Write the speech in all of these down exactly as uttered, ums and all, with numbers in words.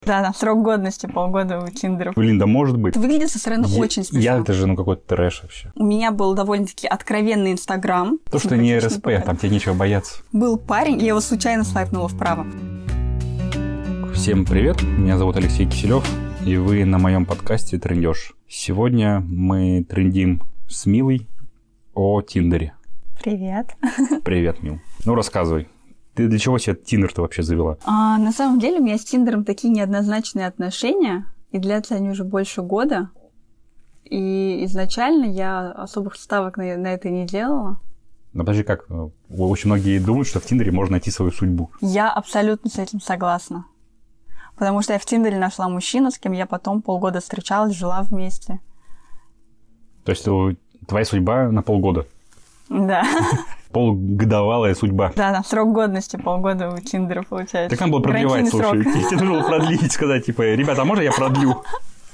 Да, да, срок годности полгода у Тиндера. Блин, да может быть. Это выглядит со стороны я, очень смешно. Я это же, ну, какой-то трэш вообще. У меня был довольно-таки откровенный Инстаграм. То, что не эр эс пэ, там тебе нечего бояться. Был парень, я его случайно свайпнула вправо. Всем привет, меня зовут Алексей Киселев, и вы на моем подкасте «Трендёж». Сегодня мы трендим с Милой о Тиндере. Привет. Привет, Мил. Ну, рассказывай. Ты для чего себе Тиндер-то вообще завела? А, на самом деле у меня с Тиндером такие неоднозначные отношения, и длятся они уже больше года. И изначально я особых ставок на, на это не делала. Ну, подожди, как? Очень многие думают, что в Тиндере можно найти свою судьбу. Я абсолютно с этим согласна. Потому что я в Тиндере нашла мужчину, с кем я потом полгода встречалась, жила вместе. То есть твоя судьба на полгода? Да. Полгодовалая судьба. Да, да, срок годности полгода у Тиндера получается. Так надо было продлевать, слушай. Тебе нужно было продлить, сказать, типа, ребята, а можно я продлю?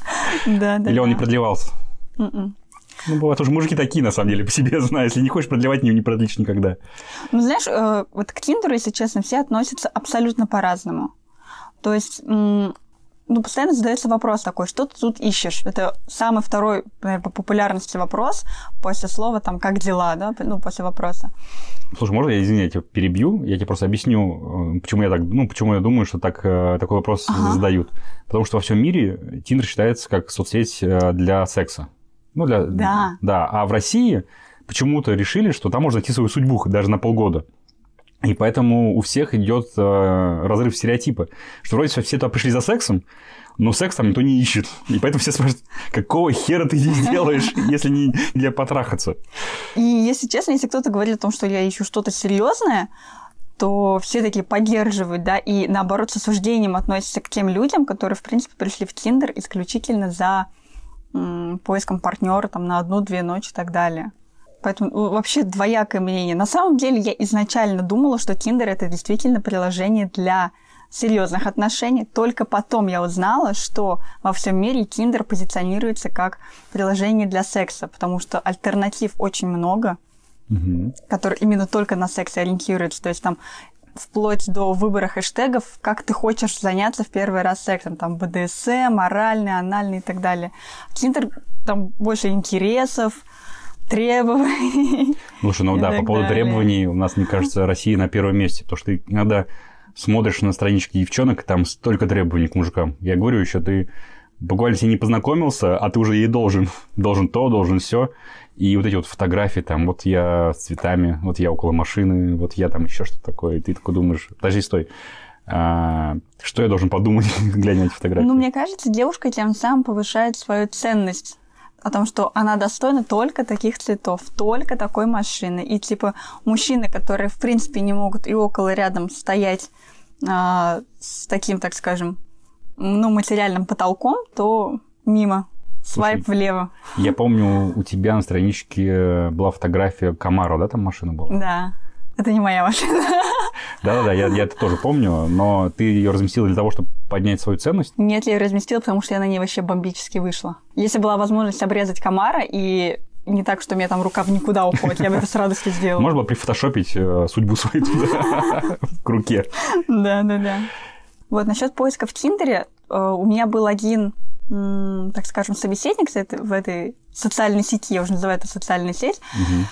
Да, да. Или он не продлевался? Ну, бывают уже мужики такие, на самом деле, по себе знаю. Если не хочешь продлевать, не, не продлишь никогда. Ну, знаешь, вот к Тиндеру, если честно, все относятся абсолютно по-разному. То есть, ну, постоянно задается вопрос такой, что ты тут ищешь? Это самый второй, наверное, по популярности вопрос после слова, там, как дела, да, ну, после вопроса. Слушай, можно я, извини, я тебя перебью? Я тебе просто объясню, почему я так, ну, почему я думаю, что так, такой вопрос ага. задают. Потому что во всем мире Тиндер считается как соцсеть для секса. Ну, для... Да. Да, а в России почему-то решили, что там можно найти свою судьбу даже на полгода. И поэтому у всех идет э, разрыв стереотипа, что вроде все туда пришли за сексом, но секс там никто не ищет. И поэтому все спрашивают, какого хера ты здесь делаешь, если не для потрахаться? И если честно, если кто-то говорит о том, что я ищу что-то серьезное, то все такие поддерживают, да, и наоборот с осуждением относятся к тем людям, которые, в принципе, пришли в Тиндер исключительно за м, поиском партнера там, на одну-две ночи и так далее. Поэтому вообще двоякое мнение. На самом деле я изначально думала, что Тиндер это действительно приложение для серьезных отношений. Только потом я узнала, что во всем мире Тиндер позиционируется как приложение для секса, потому что альтернатив очень много, угу. которые именно только на сексе ориентируются. То есть там вплоть до выбора хэштегов, как ты хочешь заняться в первый раз сексом. Там бэ дэ эс эм, оральный, анальный и так далее. Тиндер там больше интересов, требований. Слушай, ну да, по поводу далее. требований у нас, мне кажется, Россия на первом месте, потому что ты иногда смотришь на странички девчонок, и там столько требований к мужикам. Я говорю, еще ты буквально с ней не познакомился, а ты уже ей должен. Должен то, должен все. И вот эти вот фотографии, там, вот я с цветами, вот я около машины, вот я там еще что-то такое. И ты такой думаешь, подожди, стой. А, что я должен подумать, глядя на эти фотографии? Ну, мне кажется, девушка тем самым повышает свою ценность. О том, что она достойна только таких цветов, только такой машины. И, типа, мужчины, которые, в принципе, не могут и около рядом стоять а, с таким, так скажем, ну, материальным потолком, то мимо. Свайп Слушай, влево. Я помню, у тебя на страничке была фотография Камаро, да, там машина была? Да. Это не моя машина. Да-да-да, я, я это тоже помню, но ты ее разместила для того, чтобы поднять свою ценность? Нет, я ее разместила, потому что я на ней вообще бомбически вышла. Если была возможность обрезать Камаро, и не так, что у меня там рука в никуда уходит, я бы это с радостью сделала. Можно было прифотошопить э, судьбу свою туда к руке. Да-да-да. Вот, насчет поиска в Тиндере, э, у меня был один, м, так скажем, собеседник в этой социальной сети, я уже называю это социальная сеть, угу.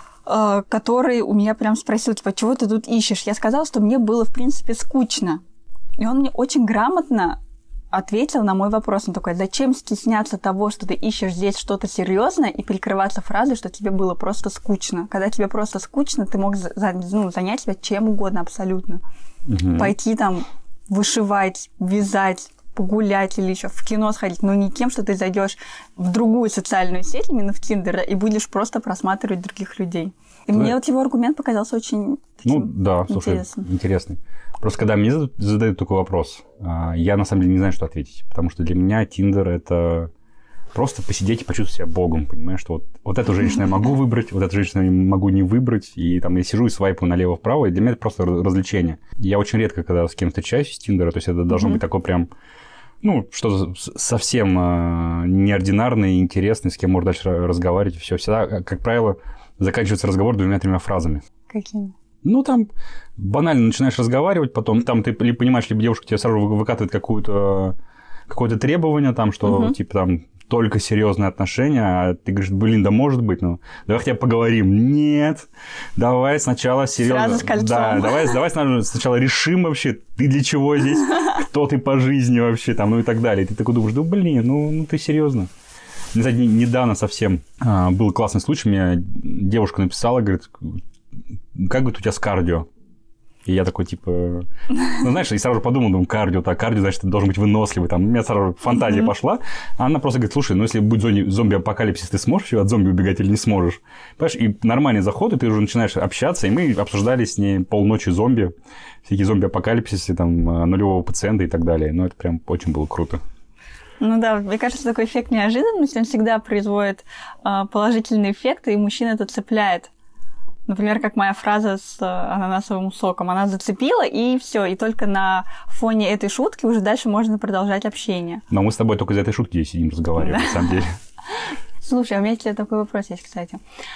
который у меня прям спросил, типа, чего ты тут ищешь? Я сказала, что мне было, в принципе, скучно. И он мне очень грамотно ответил на мой вопрос. Он такой, зачем стесняться того, что ты ищешь здесь что-то серьезное и прикрываться фразой, что тебе было просто скучно? Когда тебе просто скучно, ты мог за, ну, занять себя чем угодно абсолютно. Угу. Пойти там вышивать, вязать, погулять или еще в кино сходить, но не тем, что ты зайдешь в другую социальную сеть, именно в Тиндер, и будешь просто просматривать других людей. И да. мне вот его аргумент показался очень таким ну, да, интересным. Слушай, интересный. Просто когда мне задают такой вопрос, я на самом деле не знаю, что ответить, потому что для меня Тиндер – это просто посидеть и почувствовать себя богом, понимаешь, что вот, вот эту женщину я могу выбрать, вот эту женщину я могу не выбрать, и там я сижу и свайпаю налево-вправо, и для меня это просто развлечение. Я очень редко, когда с кем встречаюсь из Тиндера, то есть это должно mm-hmm. быть такое прям... Ну, что-то совсем э, неординарное и интересное, с кем можно дальше разговаривать. Все всегда, как правило, заканчивается разговор двумя-тремя фразами. Какими? Ну, там банально начинаешь разговаривать, потом там ты понимаешь, либо девушка тебе сразу выкатывает какую-то, какое-то требование, там, что, угу. типа, там, только серьезные отношения, а ты говоришь, блин, да может быть, ну, давай хотя бы поговорим. Нет, давай сначала серьезно. Сразу с кольцом. Да, давай, давай сначала решим вообще, ты для чего здесь, кто ты по жизни вообще, там, ну и так далее. И ты такой думаешь, да блин, ну, ну ты серьезно. Недавно совсем а, был классный случай, мне девушка написала, говорит, как, говорит, у тебя с кардио? И я такой, типа... Ну, знаешь, и сразу же подумал, думаю, кардио, так, кардио, значит, ты должен быть выносливый. Там, у меня сразу фантазия mm-hmm. пошла. А она просто говорит, слушай, ну, если будет зомби-апокалипсис, ты сможешь от зомби убегать или не сможешь? Понимаешь, и нормальный заход, и ты уже начинаешь общаться. И мы обсуждали с ней полночи зомби, всякие зомби-апокалипсисы, там, нулевого пациента и так далее. Ну, это прям очень было круто. Ну да, мне кажется, такой эффект неожиданности, он всегда производит э, положительный эффект, и мужчина это цепляет. Например, как моя фраза с ананасовым соком. Она зацепила, и все. И только на фоне этой шутки уже дальше можно продолжать общение. Но мы с тобой только из этой шутки сидим, разговариваем, да. На самом деле. Слушай, а у меня тебе такой вопрос есть, кстати.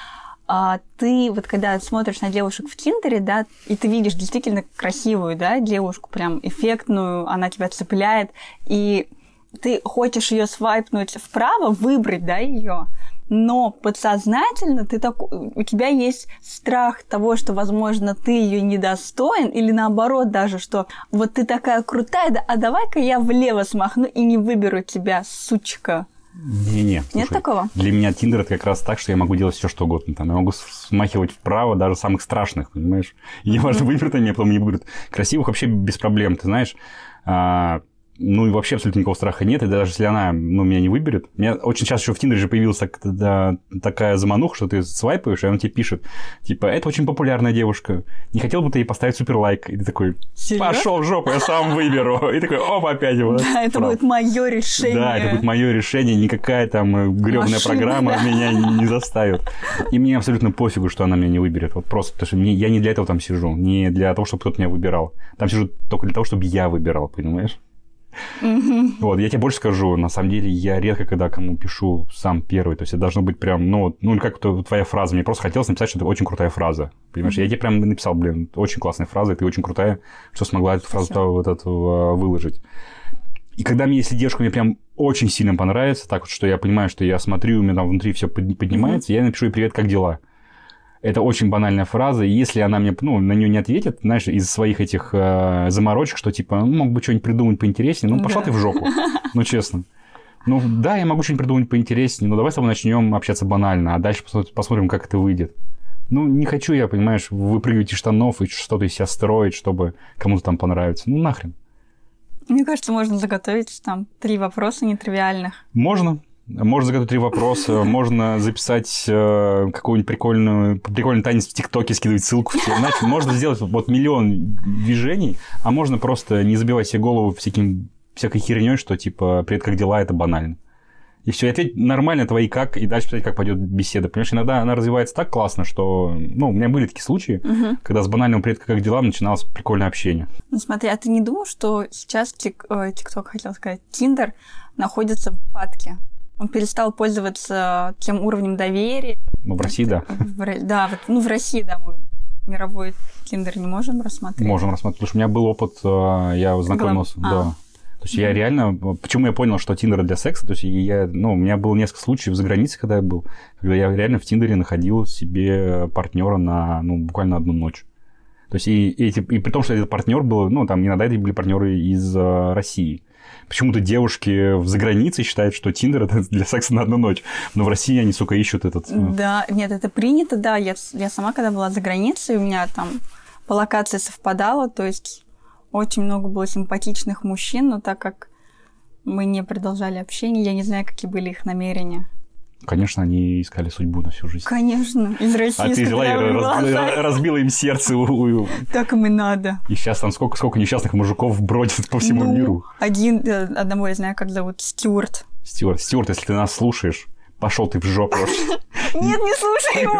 А ты вот когда смотришь на девушек в Тиндере, да, и ты видишь действительно красивую, да, девушку, прям эффектную, она тебя цепляет, и ты хочешь ее свайпнуть вправо, выбрать, да, ее. Но подсознательно ты так, у тебя есть страх того, что, возможно, ты ее недостоин, или наоборот даже, что вот ты такая крутая, да, а давай-ка я влево смахну и не выберу тебя, сучка. Не-не, слушай, нет такого? Для меня Тиндер это как раз так, что я могу делать все, что угодно. Там, я могу смахивать вправо даже самых страшных, понимаешь? И не важно, выберут они, а потом не выберут. Красивых вообще без проблем, ты знаешь. А, ну и вообще абсолютно никакого страха нет. И даже если она, ну, меня не выберет. У меня очень часто еще в Тиндере же появилась так, да, такая замануха, что ты свайпаешь, и он тебе пишет, типа, это очень популярная девушка. Не хотел бы ты ей поставить супер лайк? И ты такой, пошел в жопу, я сам выберу. И такой, оп, опять его. Да, это будет мое решение. Да, это будет мое решение. Никакая там гребаная программа меня не заставит. И мне абсолютно пофигу, что она меня не выберет. Вот просто, потому что я не для этого там сижу. Не для того, чтобы кто-то меня выбирал. Там сижу только для того, чтобы я выбирал, понимаешь? Mm-hmm. Вот, я тебе больше скажу, на самом деле, я редко когда кому пишу сам первый, то есть это должно быть прям, ну, ну как твоя фраза, мне просто хотелось написать, что это очень крутая фраза, понимаешь, mm-hmm. я тебе прям написал, блин, очень классная фраза, и ты очень крутая, что смогла эту фразу вот эту выложить. И когда мне, если девушка мне прям очень сильно понравится, так вот, что я понимаю, что я смотрю, у меня там внутри все поднимается, mm-hmm. я напишу ей «Привет, как дела?». Это очень банальная фраза, и если она мне, ну, на нее не ответит, знаешь, из своих этих э, заморочек, что типа, ну, мог бы что-нибудь придумать поинтереснее, ну, пошла да. ты в жопу, ну, честно. Ну, да, я могу что-нибудь придумать поинтереснее, но давай с тобой начнем общаться банально, а дальше посмотрим, как это выйдет. Ну, не хочу я, понимаешь, выпрыгивать из штанов и что-то из себя строить, чтобы кому-то там понравиться. Ну, нахрен. Мне кажется, можно заготовить там три вопроса нетривиальных. Можно. Можно загадать три вопроса, можно записать э, какую-нибудь прикольную, прикольный танец в ТикТоке, скидывать ссылку. Значит, можно сделать вот миллион движений, а можно просто не забивать себе голову всяким, всякой херней, что типа «Привет, как дела?» это банально. И все, и ответь нормально твои как, и дальше посмотреть, как пойдет беседа. Понимаешь, иногда она развивается так классно, что... Ну, у меня были такие случаи, угу. когда с банального «Привет, как дела?» начиналось прикольное общение. Ну, смотри, а ты не думал, что сейчас тик, э, ТикТок, хотел сказать, Тиндер находится в упадке? Он перестал пользоваться тем уровнем доверия. Ну, в России, да. В, да, вот, ну, в России, да, мы мировой Тиндер не можем рассмотреть. Можем рассмотреть, потому что у меня был опыт, я знакомился, Глав... да. А. То есть я реально... Почему я понял, что Тиндер для секса? То есть я... Ну, у меня было несколько случаев за границей, когда я был, когда я реально в Тиндере находил себе партнера на, ну, буквально одну ночь. То есть и, и, и при том, что этот партнер был... Ну, там иногда это были партнеры из uh, России. Почему-то девушки за границей считают, что Тиндер это для секса на одну ночь. Но в России они, сука, ищут этот... Да, нет, это принято, да. Я, я сама, когда была за границей, у меня там по локации совпадало, то есть очень много было симпатичных мужчин, но так как мы не продолжали общение, я не знаю, какие были их намерения. Конечно, они искали судьбу на всю жизнь. Конечно, из России. А ты взяла и разбила, разбила им сердце. Так им и надо. И сейчас там сколько, сколько несчастных мужиков бродит по всему ну, миру. Один, одного я знаю, как зовут, Стюарт. Стюарт, Стюарт, если ты нас слушаешь, пошел ты в жопу. Нет, не слушай его.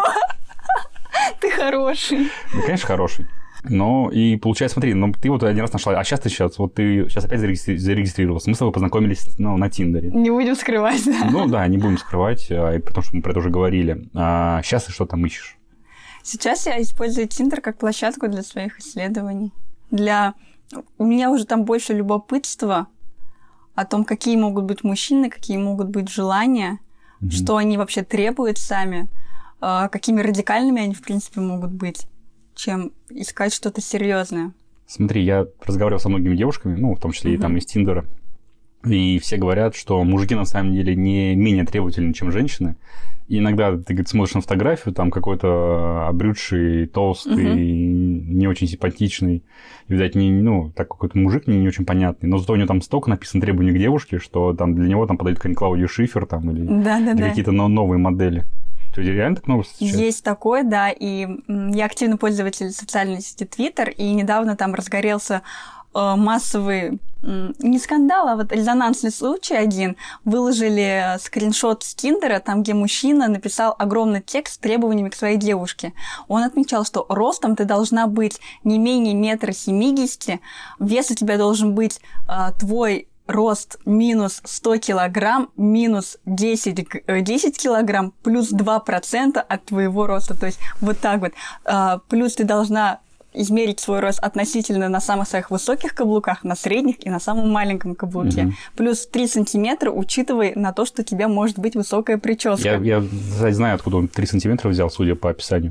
Ты хороший. Ну, конечно, хороший. Ну, и получается, смотри, ну, ты вот один раз нашла, а сейчас ты сейчас, вот ты сейчас опять зарегистри... зарегистрировался, мы с тобой познакомились, ну, на Тиндере. Не будем скрывать, да? Ну, да, не будем скрывать, потому что мы про это уже говорили. А сейчас ты что там ищешь? Сейчас я использую Tinder как площадку для своих исследований. Для... У меня уже там больше любопытства о том, какие могут быть мужчины, какие могут быть желания, mm-hmm. что они вообще требуют сами, какими радикальными они, в принципе, могут быть, чем искать что-то серьезное. Смотри, я разговаривал со многими девушками, ну, в том числе mm-hmm. и там из Тиндера, и все говорят, что мужики на самом деле не менее требовательны, чем женщины. И иногда ты, говорит, смотришь на фотографию, там какой-то обрюдший, толстый, uh-huh. не очень симпатичный, и, видать, не, ну, так какой-то мужик не, не очень понятный, но зато у него там столько написано требований к девушке, что там для него там подают какую-нибудь Клаудию Шифер там, или, или какие-то новые модели. То есть реально так много встречается? Есть такое, да, и я активный пользователь социальной сети Twitter, и недавно там разгорелся массовый, не скандал, а вот резонансный случай один. Выложили скриншот с Тиндера, там, где мужчина написал огромный текст с требованиями к своей девушке. Он отмечал, что ростом ты должна быть не менее метра семидесяти, вес у тебя должен быть а, твой рост минус сто килограмм, минус десять, десять килограмм, плюс два процента от твоего роста. То есть вот так вот. А, плюс ты должна измерить свой рост относительно на самых своих высоких каблуках, на средних и на самом маленьком каблуке. Mm-hmm. Плюс три сантиметра, учитывая на то, что у тебя может быть высокая прическа. Я, я кстати, знаю, откуда он три сантиметра взял, судя по описанию.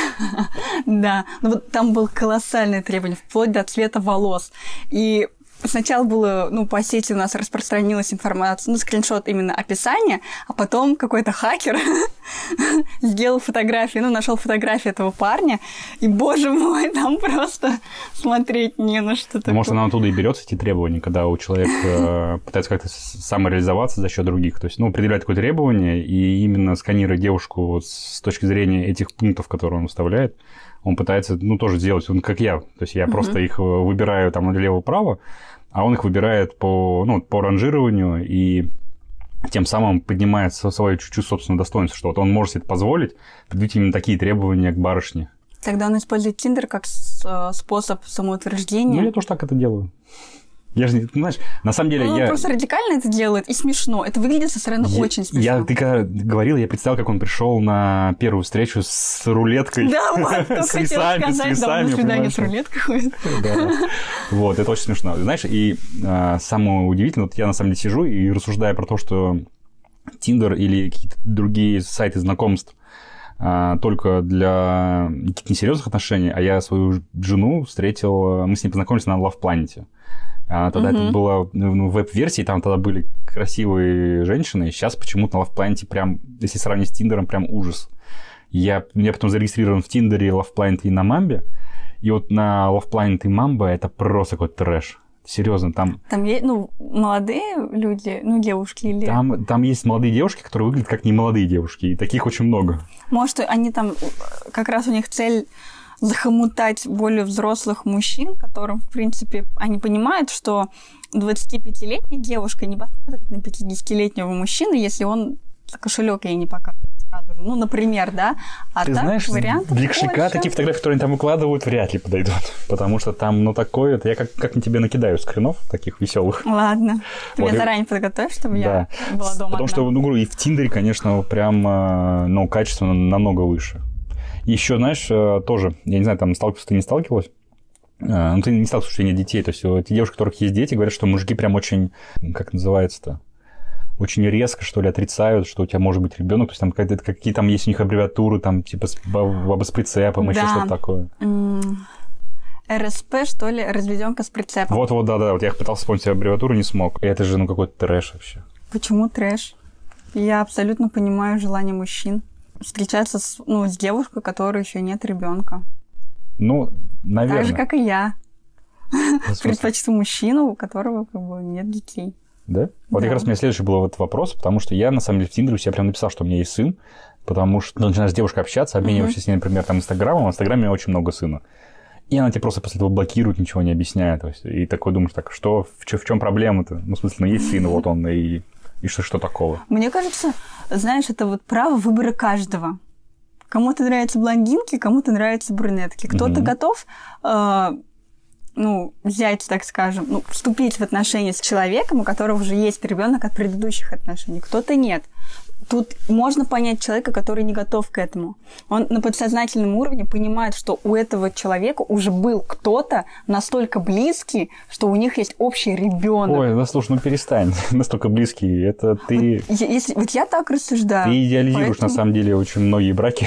Да, ну вот там было колоссальное требование, вплоть до цвета волос. И сначала было, ну, по сети у нас распространилась информация, ну, скриншот именно описания, а потом какой-то хакер сделал фотографию, ну, нашел фотографию этого парня, и, боже мой, там просто смотреть не на что такое. Может, она оттуда и берется эти требования, когда у человека пытается как-то самореализоваться за счет других, то есть, ну, определяет какое-то требование, и именно сканируя девушку с точки зрения этих пунктов, которые он вставляет, он пытается, ну, тоже сделать, он как я. То есть я uh-huh. просто их выбираю там налево-право, а он их выбирает по, ну, по ранжированию и тем самым поднимает свое чуть-чуть собственное достоинство, что вот он может себе это позволить, предъявить именно такие требования к барышне. Тогда он использует Тиндер как способ самоутверждения. Ну, я тоже так это делаю. Я же не, знаешь, на самом деле ну, я... Он просто радикально это делает и смешно. Это выглядит со стороны я, очень смешно. Я, ты когда говорил, я представил, как он пришел на первую встречу с рулеткой. Да, вот, с весами, с весами. Да, свидание с рулеткой ходит. Вот, это очень смешно. Знаешь, и самое удивительное, вот я на самом деле сижу и рассуждаю про то, что Tinder или какие-то другие сайты знакомств только для каких-то несерьезных отношений, а я свою жену встретил, мы с ней познакомились на Love Planet. А тогда uh-huh. это было в веб-версии, там тогда были красивые женщины. Сейчас почему-то на Love Planet прям, если сравнить с Тиндером, прям ужас. Я, я потом зарегистрирован в Тиндере, Love Planet и на Мамбе. И вот на Love Planet и Мамбе это просто какой-то трэш. Серьезно, там... Там есть, ну, молодые люди, ну, девушки или... Там, там есть молодые девушки, которые выглядят как немолодые девушки, и таких очень много. Может, они там, как раз у них цель... захомутать более взрослых мужчин, которым, в принципе, они понимают, что двадцатипятилетняя девушка не посмотрит на пятидесятилетнего мужчину, если он кошелек ей не покажет сразу же. Ну, например, да? А ты так, знаешь, вариантов для кошелька больше. Такие фотографии, которые они там выкладывают, вряд ли подойдут. Потому что там, ну, такое... Это я как, как на тебе накидаю скринов таких веселых. Ладно. Ты вот, меня заранее подготовь, чтобы да. я была дома Потому одна. что, ну, говорю, и в Тиндере, конечно, прям, ну, качество намного выше. Еще, знаешь, тоже, я не знаю, там сталкивался, ты не сталкивалась? Ну, ты не сталкивался, что нет детей. То есть эти девушки, у которых есть дети, говорят, что мужики прям очень, как называется-то, очень резко, что ли, отрицают, что у тебя может быть ребенок. То есть там какие там есть у них аббревиатуры, там типа с прицепом, да. еще что-то такое. эр эс пэ, что ли, разведёнка с прицепом. Вот-вот, да-да, вот я пытался вспомнить аббревиатуру, не смог. И это же, ну, какой-то трэш вообще. Почему трэш? Я абсолютно понимаю желание мужчин встречаться с, ну, с девушкой, у которой еще нет ребенка. Ну, наверное. Так же, как и я. Предпочту мужчину, у которого как бы нет детей. Да? Вот да. Как раз у меня следующий был вот вопрос, потому что я, на самом деле, в Тиндере у себя прям написал, что у меня есть сын, потому что ну, начинаешь с девушкой общаться, обмениваешься uh-huh. с ней, например, там, Инстаграмом, в Инстаграме очень много сына. И она тебе просто после этого блокирует, ничего не объясняя. То есть, и такой думаешь, так, что, в, в чем проблема-то? Ну, в смысле, ну, есть сын, вот он, и, и что, что такого? Мне кажется, знаешь, это вот право выбора каждого. Кому-то нравятся блондинки, кому-то нравятся брюнетки. Кто-то uh-huh. готов... Э- ну, взять, так скажем, ну, вступить в отношения с человеком, у которого уже есть ребенок от предыдущих отношений. Кто-то нет. Тут можно понять человека, который не готов к этому. Он на подсознательном уровне понимает, что у этого человека уже был кто-то настолько близкий, что у них есть общий ребенок. Ой, ну слушай, ну перестань. Настолько близкий. Это ты... Вот, если, вот я так рассуждаю. Ты идеализируешь, поэтому... на самом деле, очень многие браки.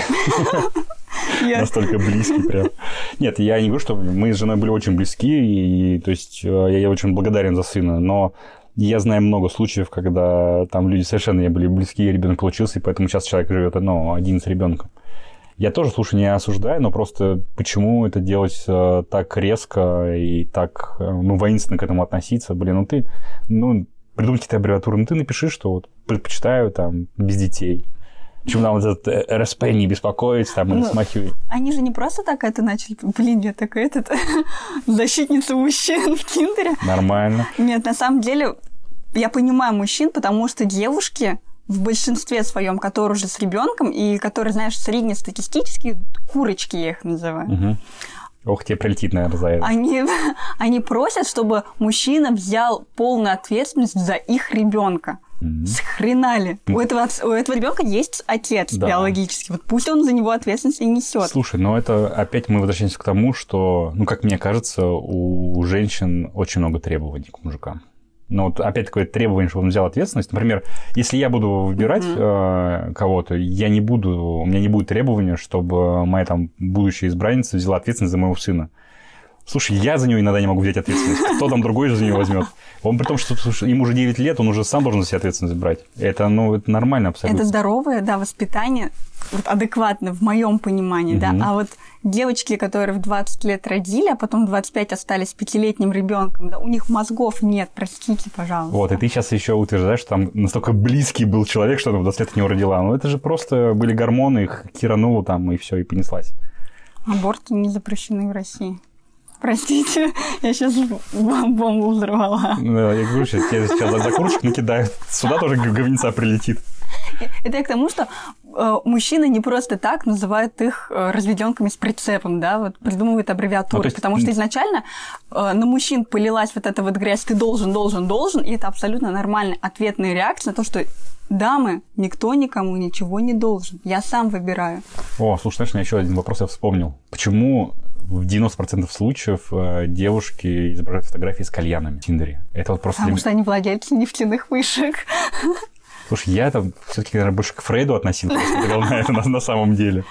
Настолько близкий прям. Нет, я не говорю, что мы с женой были очень близки, и то есть я очень благодарен за сына, но... Я знаю много случаев, когда там люди совершенно не были близки, ребенок получился, и поэтому сейчас человек живет, ну, один с ребенком. Я тоже, слушай, не осуждаю, но просто почему это делать э, так резко и так, э, ну, воинственно к этому относиться? Блин, ну ты, ну, придумай какие-то аббревиатуры, ну ты напиши, что вот предпочитаю там без детей. Почему там вот этот эр эс пэ не беспокоить, там, или ну, смахивать? Они же не просто так это начали. Блин, я такая этот, защитница мужчин в Тиндере. Нормально. Нет, на самом деле, я понимаю мужчин, потому что девушки в большинстве своем, которые уже с ребенком и которые, знаешь, среднестатистические, курочки я их называю. Угу. Ох, тебе прилетит, наверное, за это. Они, они просят, чтобы мужчина взял полную ответственность за их ребенка. Mm-hmm. Схрена ли? Mm-hmm. У этого, у этого ребенка есть отец да. биологический. Вот пусть он за него ответственность и несет. Слушай, но это опять мы возвращаемся к тому, что, ну, как мне кажется, у женщин очень много требований к мужикам. Но вот опять такое требование, чтобы он взял ответственность. Например, если я буду выбирать mm-hmm. э, кого-то, я не буду, у меня не будет требования, чтобы моя там будущая избранница взяла ответственность за моего сына. Слушай, я за него иногда не могу взять ответственность. Кто там другой же за него возьмет? Он при том, что слушай, ему уже девять лет, он уже сам должен за себя ответственность брать. Это, ну, это нормально абсолютно. Это здоровое, да, воспитание, вот, адекватно в моем понимании, mm-hmm. да. А вот девочки, которые в двадцать лет родили, а потом в двадцать пять остались пятилетним ребенком, да, у них мозгов нет, простите, пожалуйста. Вот, и ты сейчас еще утверждаешь, что там настолько близкий был человек, что она в двадцать лет от него родила. Ну, это же просто были гормоны, их кирануло там, и все, и понеслась. Аборты не запрещены в России. Простите, я сейчас бомбу взорвала. Ну, я говорю, сейчас тебе сейчас за курочек накидают. Сюда тоже говнеца прилетит. Это я к тому, что э, мужчины не просто так называют их э, разведенками с прицепом, да, вот придумывают аббревиатуры, ну, есть... потому что изначально э, на мужчин полилась вот эта вот грязь «ты должен, должен, должен», и это абсолютно нормальная ответная реакция на то, что дамы, никто никому ничего не должен, я сам выбираю. О, слушай, знаешь, у меня еще один вопрос я вспомнил. Почему... В девяносто процентов случаев э, девушки изображают фотографии с кальянами в Тиндере. Это вот просто... Потому для... что они владельцы нефтяных вышек. Слушай, я это все-таки, наверное, больше к Фрейду относился, на это на, на самом деле.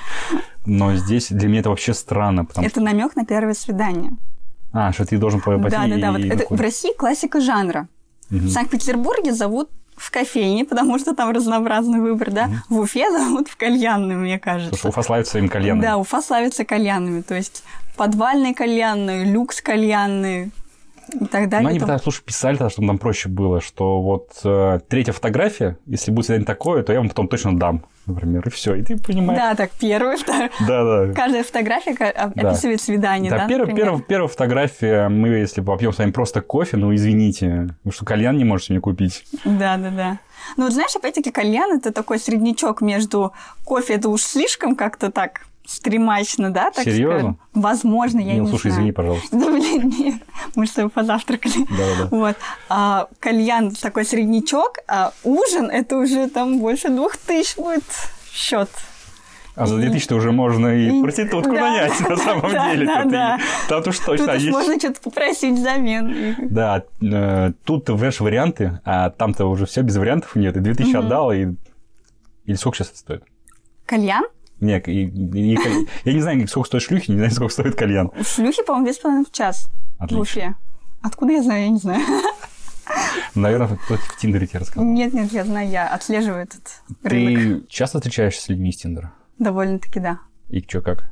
Но здесь для меня это вообще странно. Потому это что... намек на первое свидание. А, что ты должен пойти да, да, и... да. Вот это в России классика жанра. Угу. В Санкт-Петербурге зовут в кофейне, потому что там разнообразный выбор, да. Угу. В Уфе зовут в кальянную, мне кажется. Слушай, Уфа славится своими кальянами. Да, Уфа славится кальянами. То есть подвальные кальянные, люкс кальянные и так далее. Ну, они, тогда, слушай, писали тогда, чтобы нам проще было, что вот э, третья фотография, если будет свидание такое, то я вам потом точно дам, например, и все. И ты понимаешь. Да, так, первая, вторая. Да, да. Каждая фотография описывает да. свидание, да, да первая, первая, первая фотография, мы, если попьем с вами просто кофе, ну, извините, вы что, кальян не можете мне купить? Да, да, да. Ну, вот знаешь, опять-таки, кальян – это такой среднячок между кофе, это уж слишком как-то так... стремачно, да, так Серьезно? скажем? Возможно, я не, не слушай, знаю. извини, пожалуйста. Да, блин, нет. Мы же с тобой позавтракали. Да-да-да. Вот. А кальян такой среднячок, а ужин – это уже там больше двух тысяч будет счет. А за две тысячи ты уже можно и, и... проститутку да. нанять, на самом да, деле. Да, тут да. И... Там уж точно тут есть. Тут можно что-то попросить взамен. Да, э, тут ты ввешь варианты, а там-то уже все без вариантов нет. И две тысячи угу. отдал, и... Или сколько сейчас это стоит? Кальян? Нет, и, и, и, я не знаю, сколько стоит шлюхи, не знаю, сколько стоит кальян. Шлюхи, по-моему, две с половиной в час. Отлично. В Уфе. Откуда я знаю, я не знаю. Наверное, кто-то в Тиндере тебе рассказал. Нет, нет, я знаю, я отслеживаю этот Ты рынок. Ты часто встречаешься с людьми из Тиндера? Довольно-таки, да. И что, как?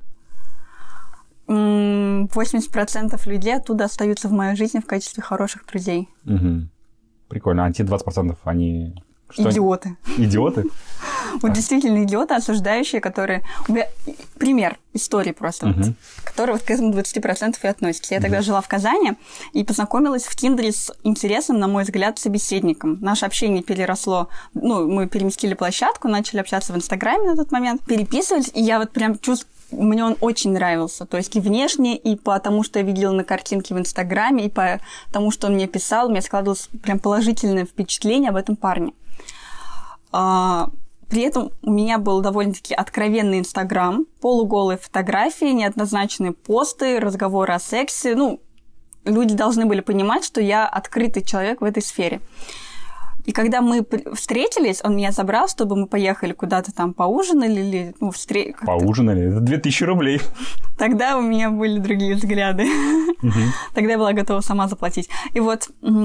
восемьдесят процентов людей оттуда остаются в моей жизни в качестве хороших друзей. Угу. Прикольно. А те двадцать процентов, они... Что идиоты. Они? Идиоты? Вот действительно идиоты, осуждающие, которые... У меня пример истории просто, uh-huh. вот, который вот к этому двадцать процентов и относится. Я uh-huh. тогда жила в Казани и познакомилась в Тиндере с интересным, на мой взгляд, собеседником. Наше общение переросло... Ну, мы переместили площадку, начали общаться в Инстаграме на тот момент, переписывались, и я вот прям чувствую... мне он очень нравился. То есть и внешне, и потому что я видела на картинке в Инстаграме, и по тому, что он мне писал, у меня складывалось прям положительное впечатление об этом парне. А, при этом у меня был довольно-таки откровенный Инстаграм, полуголые фотографии, неоднозначные посты, разговоры о сексе. Ну, люди должны были понимать, что я открытый человек в этой сфере. И когда мы встретились, он меня забрал, чтобы мы поехали куда-то там поужинали или... Ну, встр... Поужинали? Это две тысячи рублей. Тогда у меня были другие взгляды. Угу. Тогда я была готова сама заплатить. И вот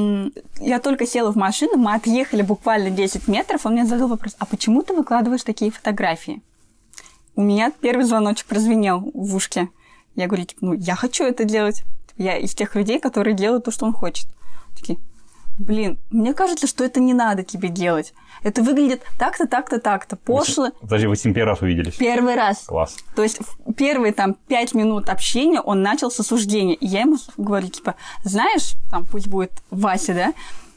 я только села в машину, мы отъехали буквально десять метров, он мне задал вопрос, а почему ты выкладываешь такие фотографии? У меня первый звоночек прозвенел в ушке. Я говорю, типа, ну, я хочу это делать. Я из тех людей, которые делают то, что он хочет. Такие... Блин, мне кажется, что это не надо тебе делать. Это выглядит так-то, так-то, так-то, пошло. Подожди, вы с ним первый раз увиделись? Первый раз. Класс. То есть в первые там пять минут общения он начал с осуждения. И я ему говорю, типа, знаешь, там пусть будет Вася, да,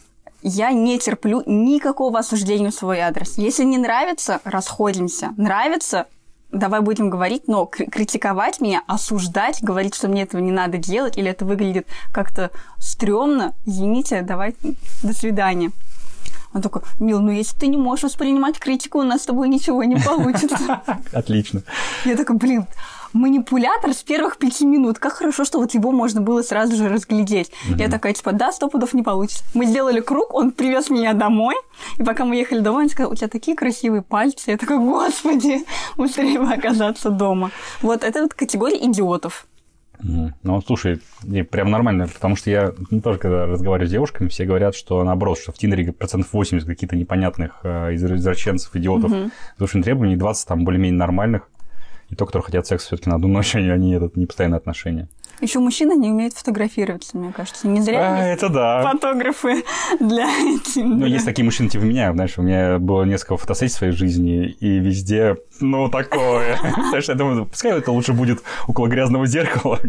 я не терплю никакого осуждения в свой адрес. Если не нравится, расходимся. Нравится, давай будем говорить, но критиковать меня, осуждать, говорить, что мне этого не надо делать, или это выглядит как-то стрёмно, извините, давай, до свидания. Он такой, Мил, ну если ты не можешь воспринимать критику, у нас с тобой ничего не получится. Отлично. Я такой, блин, манипулятор с первых пяти минут. Как хорошо, что вот его можно было сразу же разглядеть. Mm-hmm. Я такая, типа, да, сто пудов не получится. Мы сделали круг, он привез меня домой. И пока мы ехали домой, он сказал, у тебя такие красивые пальцы. Я такая, господи, быстрее бы оказаться дома. Вот это вот категория идиотов. Mm-hmm. Ну, слушай, не, прям нормально, потому что я ну, тоже, когда разговариваю с девушками, все говорят, что наоборот, что в Тиндере процентов восемьдесят каких-то непонятных э, извращенцев, идиотов, mm-hmm. с завышенными требованиями, двадцать там более-менее нормальных. И то, которые хотят секса все-таки на одну ночь, они, они это не постоянные отношения. Еще мужчины не умеют фотографироваться, мне кажется. Не зря а, это да. фотографы для Тиндера. Ну, есть такие мужчины типа меня. Знаешь, у меня было несколько фотосессий в своей жизни, и везде, ну, такое. Знаешь, я думаю, пускай это лучше будет около грязного зеркала,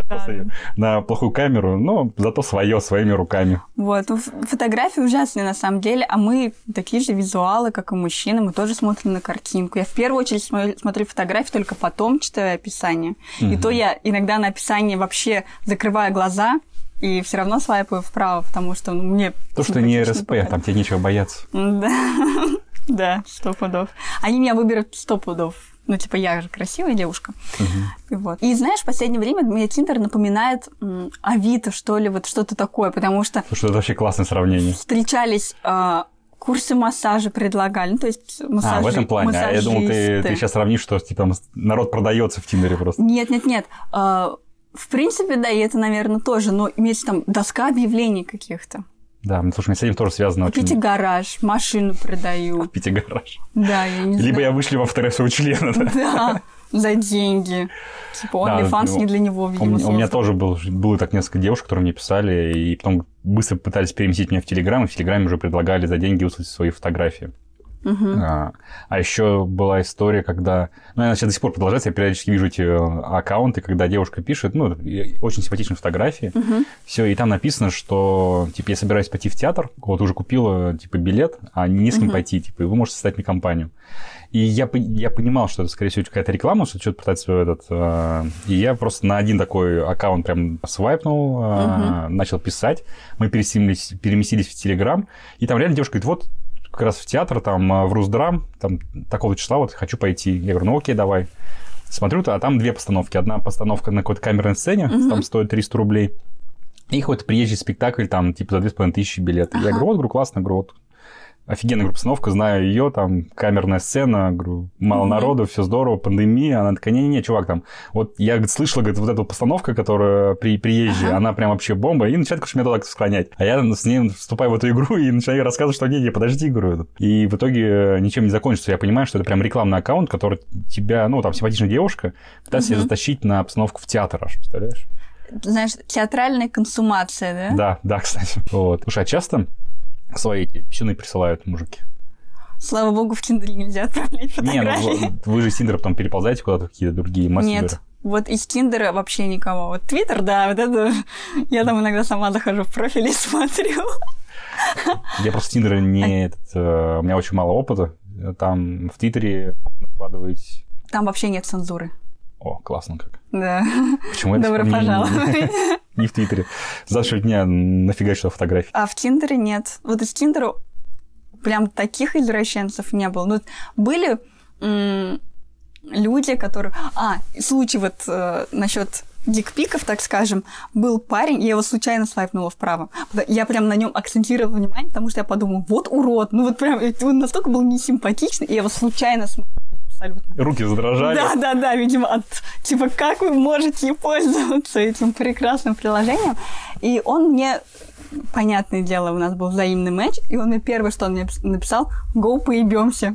на плохую камеру, но зато свое, своими руками. Вот. Фотографии ужасные, на самом деле, а мы такие же визуалы, как и мужчины, мы тоже смотрим на картинку. Я в первую очередь смотрю фотографии, только потом читаю описание. И то я иногда на описании вообще закрываю глаза и все равно свайпаю вправо, потому что ну, мне... То, что не эр эс пэ, там тебе нечего бояться. Да, да, сто пудов. Они меня выберут сто пудов. Ну, типа, я же красивая девушка. И, вот. И знаешь, в последнее время мне Тиндер напоминает м, Авито, что ли, вот что-то такое, потому что... Слушай, это вообще классное сравнение. Встречались... Э, курсы массажа предлагали, ну, то есть массажи, А, в этом плане. А я думал, ты, ты сейчас сравнишь, что типа народ продается в Тиндере просто. Нет, нет, нет. В принципе, да, и это, наверное, тоже, но имеется там доска объявлений каких-то. Да, ну, слушай, с этим тоже связано очень... Купите гараж, машину продаю. Купите гараж. Да, я не знаю. Либо я вышли во второго своего члена. Да, да, за деньги. Типа OnlyFans да, не для него, видимо, У, у меня тоже был, было так несколько девушек, которые мне писали, и потом быстро пытались переместить меня в Телеграм, и в Телеграме уже предлагали за деньги выслать свои фотографии. Uh-huh. А, а еще была история, когда... Ну, она сейчас до сих пор продолжается, я периодически вижу эти аккаунты, когда девушка пишет, ну, очень симпатичные фотографии, uh-huh. все, и там написано, что, типа, я собираюсь пойти в театр, вот уже купила, типа, билет, а не с кем uh-huh. пойти, типа, и вы можете составить мне компанию. И я, я понимал, что это, скорее всего, какая-то реклама, что что-то пытается этот... Э, и я просто на один такой аккаунт прям свайпнул, э, uh-huh. начал писать, мы переместились, переместились в Телеграм, и там реально девушка говорит, вот, как раз в театр, там, в Русдрам, там, такого числа, вот, хочу пойти. Я говорю, ну, окей, давай. Смотрю, а там две постановки. Одна постановка на какой-то камерной сцене, uh-huh. там стоит триста рублей, и какой-то приезжий спектакль, там, типа, за две с половиной тысячи билеты. Uh-huh. Я говорю, вот, говорю, классно, говорю, вот, офигенная говорю, постановка, знаю ее, там, камерная сцена, говорю, мало mm-hmm. народу, все здорово, пандемия. Она такая, не-не-не, чувак, там, вот я, говорит, слышала, говорит, вот эту постановку, которая при, приезжая, uh-huh. она прям вообще бомба, и начинает, конечно, меня туда склонять. А я с ней вступаю в эту игру и начинаю рассказывать, что не-не, подожди, говорю. И в итоге ничем не закончится. Я понимаю, что это прям рекламный аккаунт, который тебя, ну, там, симпатичная девушка, пытается uh-huh. затащить на постановку в театр аж, представляешь? Знаешь, театральная консумация, да? Да, да, кстати. Вот. Слушай, а часто свои эти писюны присылают мужики? Слава богу, в Тиндере нельзя отправлять фотографии. Не, ну вы же из Тиндера потом переползаете куда-то в какие-то другие мессенджеры. Нет, вот из Тиндера вообще никого. Вот Твиттер, да, вот это... Я там иногда сама захожу в профиль и смотрю. Я просто в Тиндере не... Этот, у меня очень мало опыта. Там в Твиттере накладывать... Там вообще нет цензуры. О, классно как. Да. Почему это Добро пожаловать. Не в Твиттере. Завтра дня нафига что фотографии. А в Тиндере нет. Вот из Тиндера прям таких извращенцев не было. Ну, были м- люди, которые... А, случай вот э, насчет дикпиков, так скажем, был парень, я его случайно свайпнула вправо. Я прям на нем акцентировала внимание, потому что я подумала, вот урод, ну вот прям он настолько был несимпатичный, и я его случайно смотрела абсолютно. Руки задрожали. Да, да, да, видимо, от типа, как вы можете пользоваться этим прекрасным приложением? И он мне, понятное дело, у нас был взаимный матч, и он мне первое, что он мне написал, «Го, поебемся».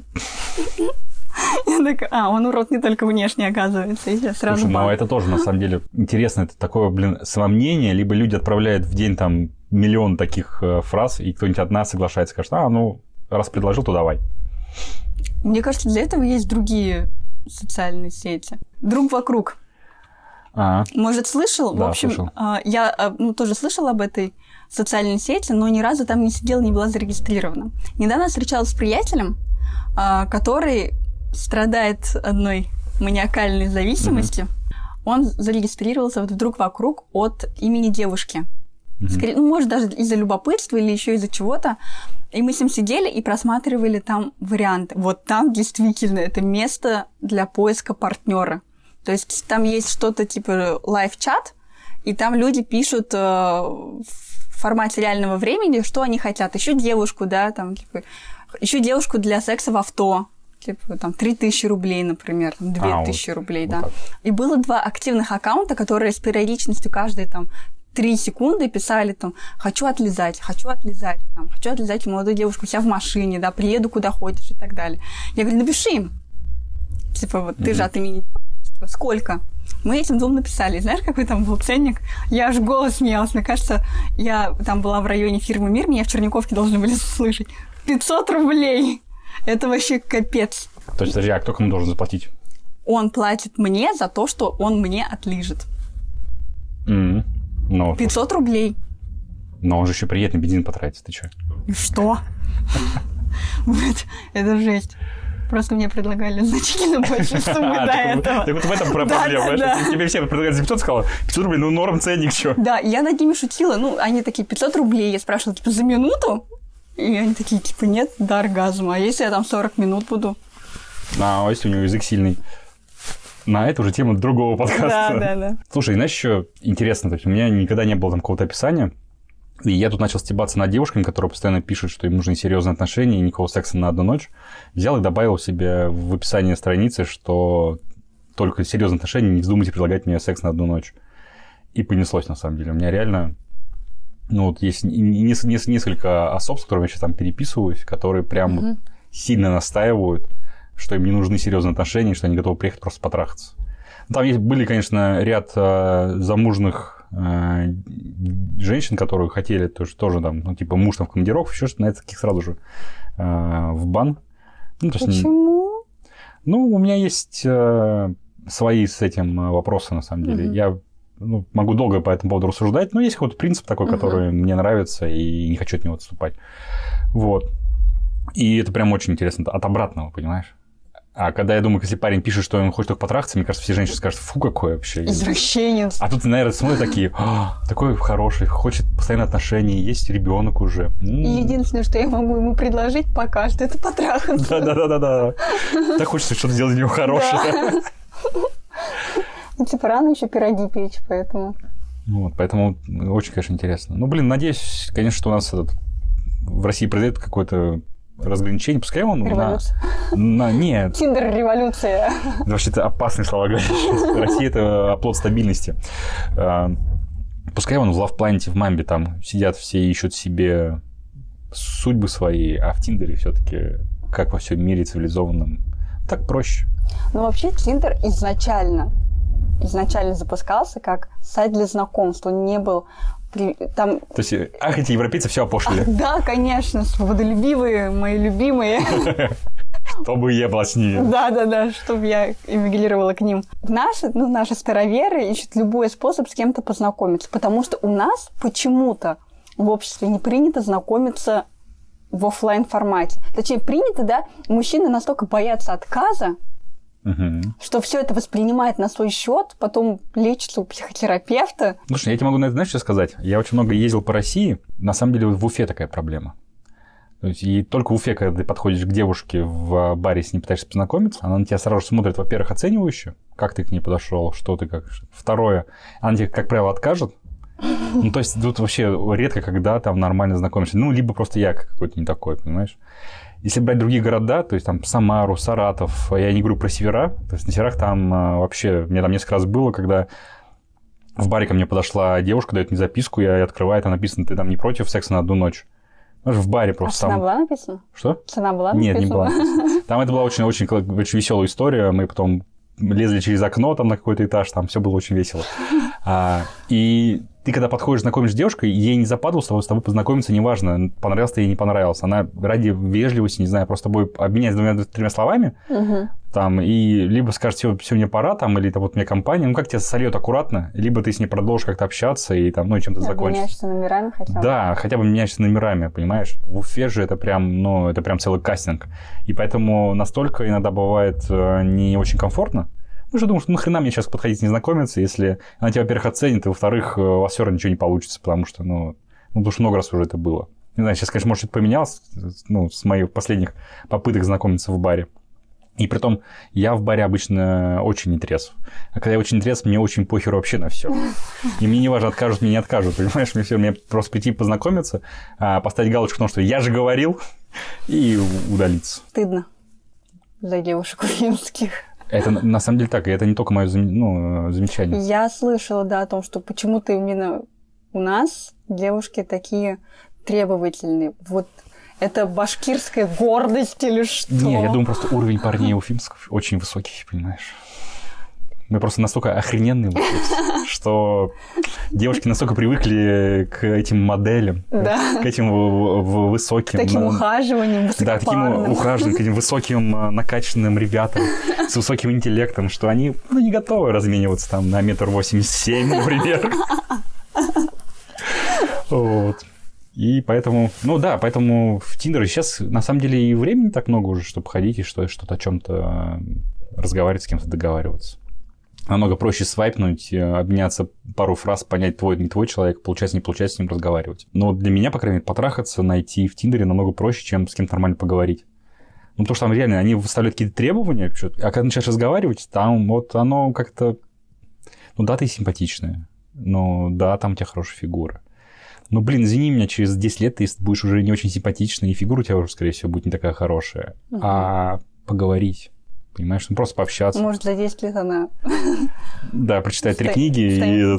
Я такая, а, он урод не только внешне, оказывается. И я сразу... Слушай, ну это тоже, на самом деле, интересно. Это такое, блин, самомнение. Либо люди отправляют в день там миллион таких э, фраз, и кто-нибудь одна соглашается, скажет, а, ну, раз предложил, то давай. Мне кажется, для этого есть другие социальные сети. Друг вокруг. А-а. Может, слышал? Да, в общем, слышал. Я ну, тоже слышала об этой социальной сети, но ни разу там не сидела, не была зарегистрирована. Недавно встречалась с приятелем, который страдает одной маниакальной зависимостью. Mm-hmm. Он зарегистрировался вот вдруг вокруг от имени девушки. Mm-hmm. Скорее, ну, может, даже из-за любопытства или еще из-за чего-то. И мы с ним сидели и просматривали там варианты. Вот там действительно это место для поиска партнера. То есть там есть что-то типа лайв-чат, и там люди пишут э, в формате реального времени, что они хотят. Ищу девушку, да, там, типа, ищу девушку для секса в авто. Типа, там, три тысячи рублей, например, две тысячи а, вот, рублей, вот да. Так. И было два активных аккаунта, которые с периодичностью каждые, там, три секунды писали, там, хочу отлизать, хочу отлизать, там, хочу отлизать молодую девушку у себя в машине, да, приеду, куда хочешь и так далее. Я говорю, напиши им. Типа, вот, ты mm-hmm. же от имени... Типа, сколько? Мы этим двум написали. Знаешь, какой там был ценник? Я аж голос смеялась. Мне кажется, я там была в районе фирмы «Мир», меня в Черниковке должны были слышать. пятьсот рублей! Это вообще капец. То есть, подожди, а кто кому должен заплатить? Он платит мне за то, что он мне отлижет. Mm-hmm. Но, пятьсот рублей. Но он же еще приедет на бензин потратить. Ты что? Что? Это жесть. Просто мне предлагали значительно больше суммы до этого. Так вот в этом проблема. Тебе все предлагали за пятьсот, сказала, пятьсот рублей, ну норм ценник, что? Да, я над ними шутила. Ну, они такие, пятьсот рублей. Я спрашивала, типа, за минуту? И они такие, типа, нет, до оргазма. А если я там сорок минут буду? А, если у него язык сильный. На эту же тему другого подкаста. Да, да, да. Слушай, знаешь, еще интересно, то есть у меня никогда не было там какого-то описания, и я тут начал стебаться над девушками, которые постоянно пишут, что им нужны серьезные отношения и никакого секса на одну ночь. Взял и добавил себе в описание страницы, что только серьезные отношения, не вздумайте предлагать мне секс на одну ночь. И понеслось, на самом деле. У меня реально... Ну, вот есть несколько особ, с которыми я сейчас там переписываюсь, которые прям mm-hmm. сильно настаивают, что им не нужны серьезные отношения, что они готовы приехать просто потрахаться. Там есть, были, конечно, ряд э, замужних э, женщин, которые хотели тоже, тоже там, ну, типа, муж там в командировку, еще что-то, на таких сразу же э, в бан. Ну, то есть, почему? Ну, у меня есть э, свои с этим вопросы, на самом деле. Mm-hmm. Я ну, могу долго по этому поводу рассуждать, но есть какой-то принцип такой, uh-huh. который мне нравится, и не хочу от него отступать. Вот. И это прям очень интересно. От обратного, понимаешь? А когда я думаю, если парень пишет, что он хочет только потрахаться, мне кажется, все женщины скажут, фу, какой вообще. Извращенец. А тут, наверное, смотрят такие, такой хороший, хочет постоянно отношения, есть ребенок уже. И единственное, что я могу ему предложить пока что, это потрахаться. Да-да-да-да. Так хочется что-то сделать для него хорошее. Ну, типа, рано еще пироги печь, поэтому... Вот, поэтому очень, конечно, интересно. Ну, блин, надеюсь, конечно, что у нас этот, в России произойдет какое-то разграничение. Пускай он... Революция. На, на, нет. Тиндер-революция. Вообще-то опасные слова говоришь. Россия – это оплот стабильности. Пускай он в Love Planet, в Мамбе там сидят все и ищут себе судьбы свои, а в Тиндере все-таки, как во всем мире цивилизованном, так проще. Ну, вообще, Тиндер изначально... изначально запускался как сайт для знакомств. Он не был... При... Там... То есть, ах, эти европейцы все опошлили. Ах, да, конечно, свободолюбивые, мои любимые. Чтобы я была с ними. Да-да-да, чтобы я эмигрировала к ним. Наши, ну, наши староверы ищут любой способ с кем-то познакомиться, потому что у нас почему-то в обществе не принято знакомиться в офлайн формате. Точнее, принято, да, мужчины настолько боятся отказа, Угу. Что все это воспринимает на свой счет, потом лечится у психотерапевта. Слушай, я тебе могу, знаешь, что сказать? Я очень много ездил по России. На самом деле в Уфе такая проблема. То есть, и только в Уфе, когда ты подходишь к девушке в баре, с ней пытаешься познакомиться, она на тебя сразу же смотрит, во-первых, оценивающе, как ты к ней подошел, что ты как. Второе, она тебе, как правило, откажет. Ну, то есть, тут вообще редко, когда там нормально знакомишься. Ну, либо просто я какой-то не такой, понимаешь? Если брать другие города, то есть там Самару, Саратов, я не говорю про севера, то есть на северах там вообще, мне там несколько раз было, когда в баре ко мне подошла девушка, дает мне записку, я открываю, там написано, ты там не против секса на одну ночь. В баре просто. А цена там... была написана? Что? Цена была написана? Нет, не была написана. Там это была очень-очень очень веселая история, мы потом лезли через окно там на какой-то этаж, там все было очень весело. А, и ты, когда подходишь, знакомишься с девушкой, ей не западло с тобой, с тобой познакомиться, неважно, понравился ты ей, не понравился. Она ради вежливости, не знаю, просто с тобой обменяется двумя-тремя словами, угу. там, и либо скажет, все, все, мне пора, там, или там, вот мне компания, ну, как тебя сольет аккуратно, либо ты с ней продолжишь как-то общаться и там, ну, и чем-то закончишь. Меняешься номерами хотя бы. Да, хотя бы меняешься номерами, понимаешь? В Уфе же это прям, ну, это прям целый кастинг. И поэтому настолько иногда бывает не очень комфортно. Ну, что думаешь, ну, нахрена мне сейчас подходить не знакомиться, если она тебя, во-первых, оценит, и, во-вторых, у вас все равно ничего не получится, потому что, ну, ну, потому что много раз уже это было. Не знаю, сейчас, конечно, может, что-то поменялось, ну, с моих последних попыток знакомиться в баре. И притом я в баре обычно очень нетрезв. А когда я очень трезв, мне очень похер вообще на все. И мне не важно, откажут, мне не откажут, понимаешь? Мне все, мне просто прийти познакомиться, поставить галочку на том, что я же говорил, и удалиться. Стыдно за девушек уфимских. Это на самом деле так, и это не только мое ну, замечание. Я слышала, да, о том, что почему-то именно у нас девушки такие требовательные. Вот это башкирская гордость или что? Не, я думаю, просто уровень парней уфимских очень высокий, понимаешь? Мы просто настолько охрененные, что девушки настолько привыкли к этим моделям, да. к этим высоким... К таким ухаживаниям, да, таким ухаживаниям, к этим высоким накачанным ребятам с высоким интеллектом, что они ну, не готовы размениваться там на метр восемьдесят семь, например. Вот. И поэтому, ну да, поэтому в Тиндере сейчас на самом деле и времени так много уже, чтобы ходить и что, что-то о чем-то разговаривать, с кем-то договариваться. Намного проще свайпнуть, обменяться пару фраз, понять, твой не твой человек, получается, не получается с ним разговаривать. Но для меня, по крайней мере, потрахаться, найти в Тиндере намного проще, чем с кем-то нормально поговорить. Ну, потому что там реально, они выставляют какие-то требования, а когда начинаешь разговаривать, там вот оно как-то... Ну, да, ты симпатичная, но да, там у тебя хорошая фигура. Ну, блин, извини меня, через десять лет ты будешь уже не очень симпатичной, и фигура у тебя уже, скорее всего, будет не такая хорошая. Угу. А поговорить... Понимаешь, ну просто пообщаться. Может, за десять лет она... Да, прочитать три книги.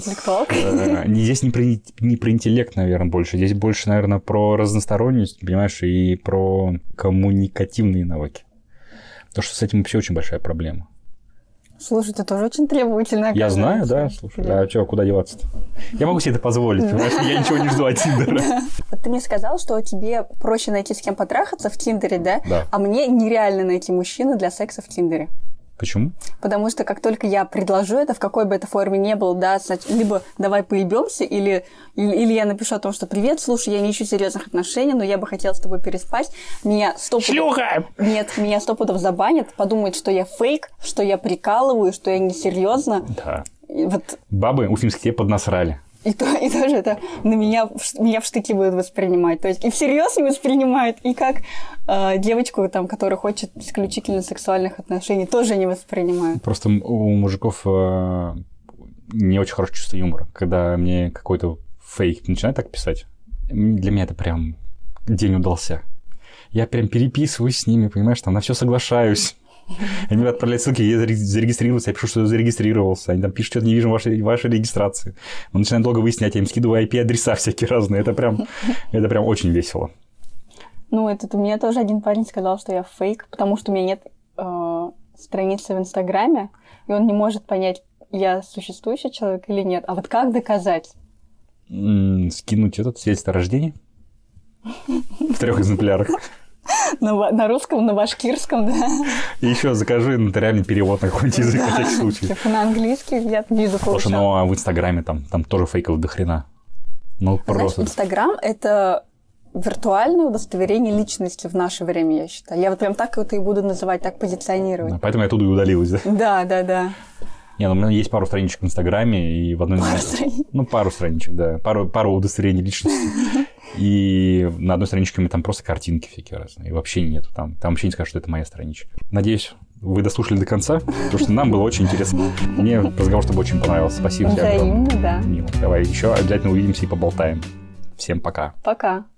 И здесь не про, не про интеллект, наверное, больше. Здесь больше, наверное, про разносторонность, понимаешь, и про коммуникативные навыки. Потому что с этим вообще очень большая проблема. Слушай, ты тоже очень требовательная. Я знаю, да, слушай. А что, куда деваться-то? Я могу себе это позволить, понимаешь? Я ничего не жду от Тиндера. Ты мне сказал, что тебе проще найти с кем потрахаться в Тиндере, да? Да. А мне нереально найти мужчину для секса в Тиндере. Почему? Потому что как только я предложу это, в какой бы это форме ни было, да, либо давай поебемся, или, или я напишу о том, что привет, слушай, я не ищу серьезных отношений, но я бы хотела с тобой переспать, меня сто пудов... Шлюха! Нет, меня сто пудов забанят, подумают, что я фейк, что я прикалываю, что я несерьезно. Да. И вот... Бабы уфимские тебе поднасрали. И, то, и тоже это на меня, меня в штыки будут воспринимать. То есть и всерьез не воспринимают, и как э, девочку, там, которая хочет исключительно сексуальных отношений, тоже не воспринимают. Просто у мужиков э, не очень хорошее чувство юмора. Когда мне какой-то фейк начинает так писать, для меня это прям день удался. Я прям переписываюсь с ними, понимаешь, там на все соглашаюсь. Они мне отправляют ссылки, я зарегистрировался, я пишу, что я зарегистрировался. Они там пишут, что не вижу вашей, вашей регистрации. Мы начинаем долго выяснять, я им скидываю ай пи-адреса всякие разные. Это прям, это прям очень весело. Ну, это у меня тоже один парень сказал, что я фейк, потому что у меня нет э, страницы в Инстаграме, и он не может понять, я существующий человек или нет. А вот как доказать? М-м, скинуть этот свидетельство о рождении в трех экземплярах. На, на русском, на башкирском, да. И еще закажи нотариальный перевод на какой-нибудь язык, на всякий случай. Типа на английский я визу получала. Слушай, ну а в Инстаграме там, там тоже фейков до хрена. Ну, просто. Знаешь, Инстаграм — это виртуальное удостоверение личности в наше время, я считаю. Я вот прям так это и буду называть, так позиционировать. Да, поэтому я оттуда и удалилась, да? Да, да, да. Не, ну у меня есть пару страничек в Инстаграме, и в одной... Пару страничек? Ну, пару страничек, да. Пару, пару удостоверений личности. И на одной страничке у меня там просто картинки всякие разные. И вообще нету там. Там вообще не скажут, что это моя страничка. Надеюсь, вы дослушали до конца, потому что нам было очень интересно. Мне разговор с тобой очень понравился. Спасибо тебе огромное. Взаимно, да. Мила. Давай еще обязательно увидимся и поболтаем. Всем пока. Пока.